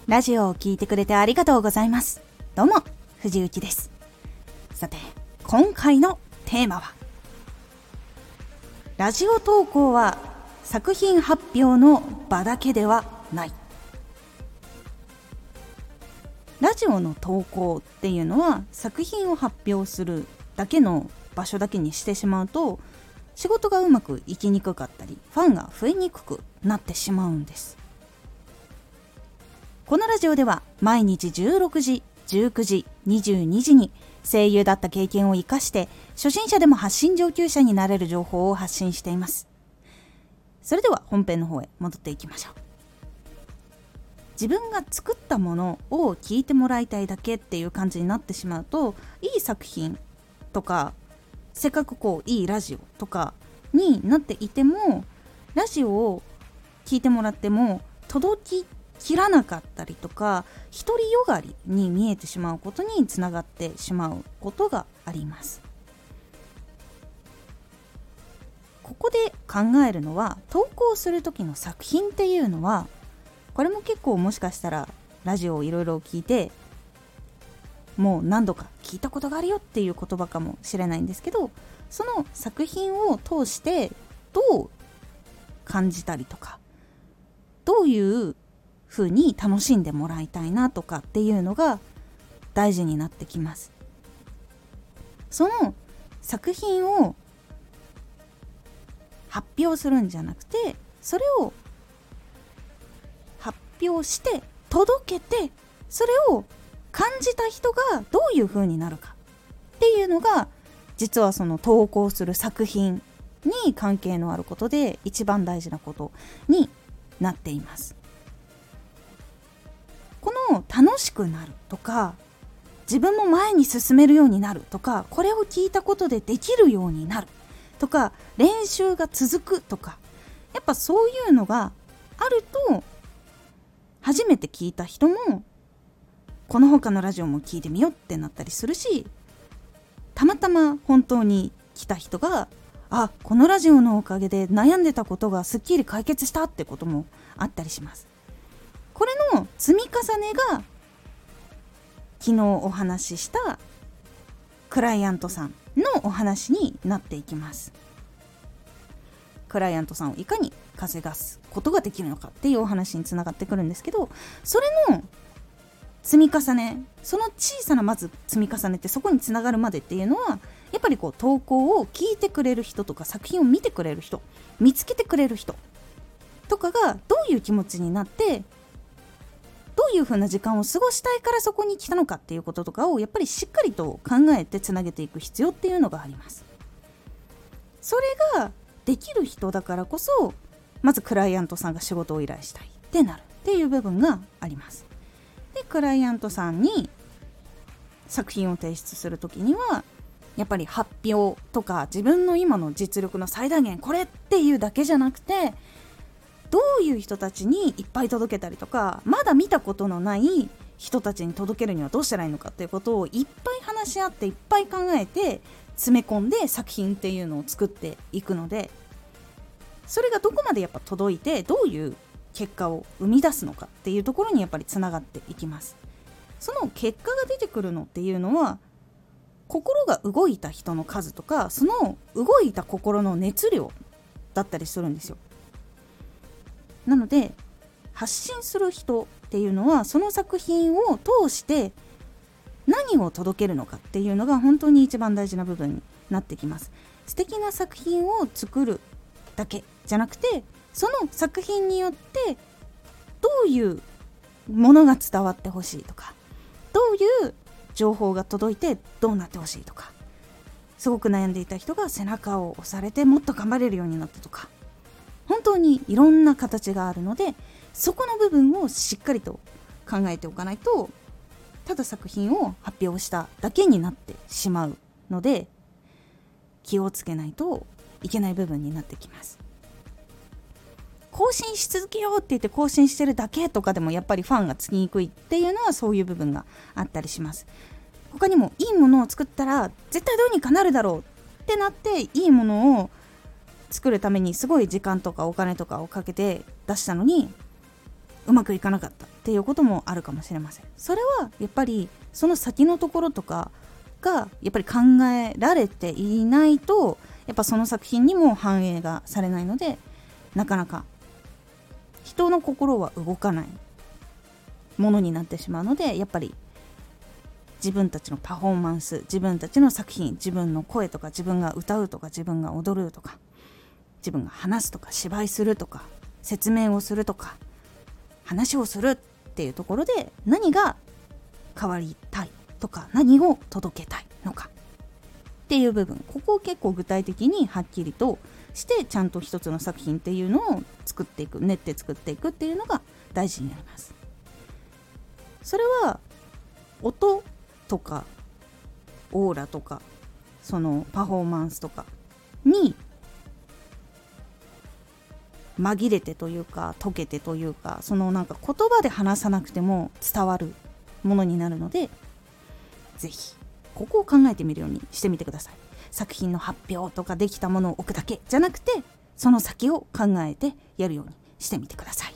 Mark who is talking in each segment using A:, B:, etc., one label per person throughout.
A: ラジオを聞いてくれてありがとうございます。どうも藤幸です。さて、今回のテーマは、ラジオ投稿は作品発表の場だけではない。ラジオの投稿っていうのは作品を発表するだけの場所だけにしてしまうと、仕事がうまくいきにくかったり、ファンが増えにくくなってしまうんです。このラジオでは毎日16時、19時、22時に声優だった経験を生かして初心者でも発信上級者になれる情報を発信しています。それでは本編の方へ戻っていきましょう。自分が作ったものを聞いてもらいたいだけっていう感じになってしまうと、いい作品とかせっかくいいラジオとかになっていても、ラジオを聞いてもらっても届き切らなかったりとか、独りよがりに見えてしまうことにつながってしまうことがあります。ここで考えるのは、投稿する時の作品っていうのは、これも結構もしかしたらラジオをいろいろ聞いてもう何度か聞いたことがあるよっていう言葉かもしれないんですけど、その作品を通してどう感じたりとか、どういう風に楽しんでもらいたいなとかっていうのが大事になってきます。その作品を発表するんじゃなくて、それを発表して届けて、それを感じた人がどういう風になるかっていうのが、実はその投稿する作品に関係のあることで一番大事なことになっています。この楽しくなるとか、自分も前に進めるようになるとか、これを聞いたことでできるようになるとか、練習が続くとか、やっぱそういうのがあると、初めて聞いた人もこの他のラジオも聞いてみようってなったりするし、たまたま本当に来た人が、あ、このラジオのおかげで悩んでたことがすっきり解決したってこともあったりします。これの積み重ねが、昨日お話ししたクライアントさんのお話になっていきます。クライアントさんをいかに稼がすことができるのかっていうお話につながってくるんですけど、それの積み重ね、その小さなまず積み重ねって、そこにつながるまでっていうのは、やっぱり投稿を聞いてくれる人とか、作品を見てくれる人、見つけてくれる人とかがどういう気持ちになって、どういう風な時間を過ごしたいからそこに来たのかっていうこととかを、やっぱりしっかりと考えてつなげていく必要っていうのがあります。それができる人だからこそ、まずクライアントさんが仕事を依頼したいってなるっていう部分があります。で、クライアントさんに作品を提出するときには、やっぱり発表とか、自分の今の実力の最大限これっていうだけじゃなくて、どういう人たちにいっぱい届けたりとか、まだ見たことのない人たちに届けるにはどうしたらいいのかっていうことをいっぱい話し合って、いっぱい考えて詰め込んで作品っていうのを作っていくので、それがどこまでやっぱ届いて、どういう結果を生み出すのかっていうところにやっぱりつながっていきます。その結果が出てくるのっていうのは、心が動いた人の数とか、その動いた心の熱量だったりするんですよ。なので、発信する人っていうのは、その作品を通して何を届けるのかっていうのが本当に一番大事な部分になってきます。素敵な作品を作るだけじゃなくて、その作品によってどういうものが伝わってほしいとか、どういう情報が届いてどうなってほしいとか、すごく悩んでいた人が背中を押されてもっと頑張れるようになったとか、本当にいろんな形があるので、そこの部分をしっかりと考えておかないと、ただ作品を発表しただけになってしまうので、気をつけないといけない部分になってきます。更新し続けようって言って更新してるだけとかでも、やっぱりファンがつきにくいっていうのは、そういう部分があったりします。他にもいいものを作ったら絶対どうにかなるだろうってなって、いいものを作るためにすごい時間とかお金とかをかけて出したのに、ううまくいかなかったっていうこともあるかもしれません。それはやっぱりその先のところとかがやっぱり考えられていないと、やっぱその作品にも反映がされないので、なかなか人の心は動かないものになってしまうので、やっぱり自分たちのパフォーマンス、自分たちの作品、自分の声とか、自分が歌うとか、自分が踊るとか、自分が話すとか、芝居するとか、説明をするとか、話をするっていうところで何が変わりたいとか、何を届けたいのかっていう部分、ここを結構具体的にはっきりとしてちゃんと一つの作品っていうのを作っていく、練って作っていくっていうのが大事になります。それは音とかオーラとかそのパフォーマンスとかに紛れてというか溶けてというか、そのなんか言葉で話さなくても伝わるものになるので、ぜひここを考えてみるようにしてみてください。作品の発表とかできたものを置くだけじゃなくて、その先を考えてやるようにしてみてください。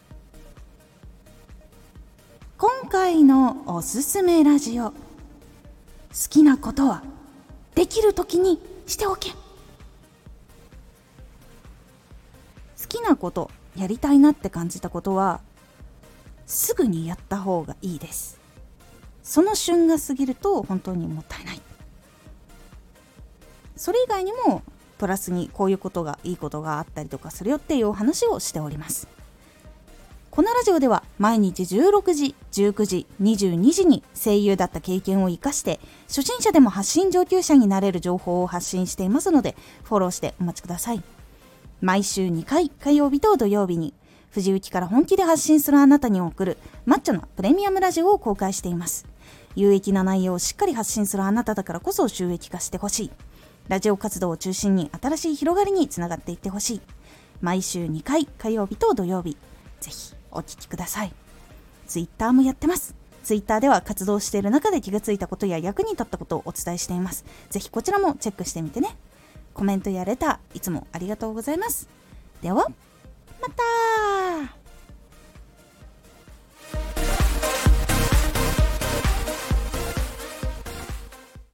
A: 今回のおすすめラジオ、好きなことはできる時にしておけ。好きなこと、やりたいなって感じたことはすぐにやった方がいいです。その旬が過ぎると本当にもったいない。それ以外にもプラスにこういうことがいいことがあったりとかするよっていうお話をしております。このラジオでは毎日16時、19時、22時に声優だった経験を生かして初心者でも発信上級者になれる情報を発信していますので、フォローしてお待ちください。毎週2回、火曜日と土曜日に藤雪から本気で発信するあなたに送るマッチョなプレミアムラジオを公開しています。有益な内容をしっかり発信するあなただからこそ収益化してほしい。ラジオ活動を中心に新しい広がりにつながっていってほしい。毎週2回、火曜日と土曜日、ぜひお聞きください。ツイッターもやってます。ツイッターでは活動している中で気がついたことや役に立ったことをお伝えしています。ぜひこちらもチェックしてみてね。コメントやレターいつもありがとうございます。ではまた。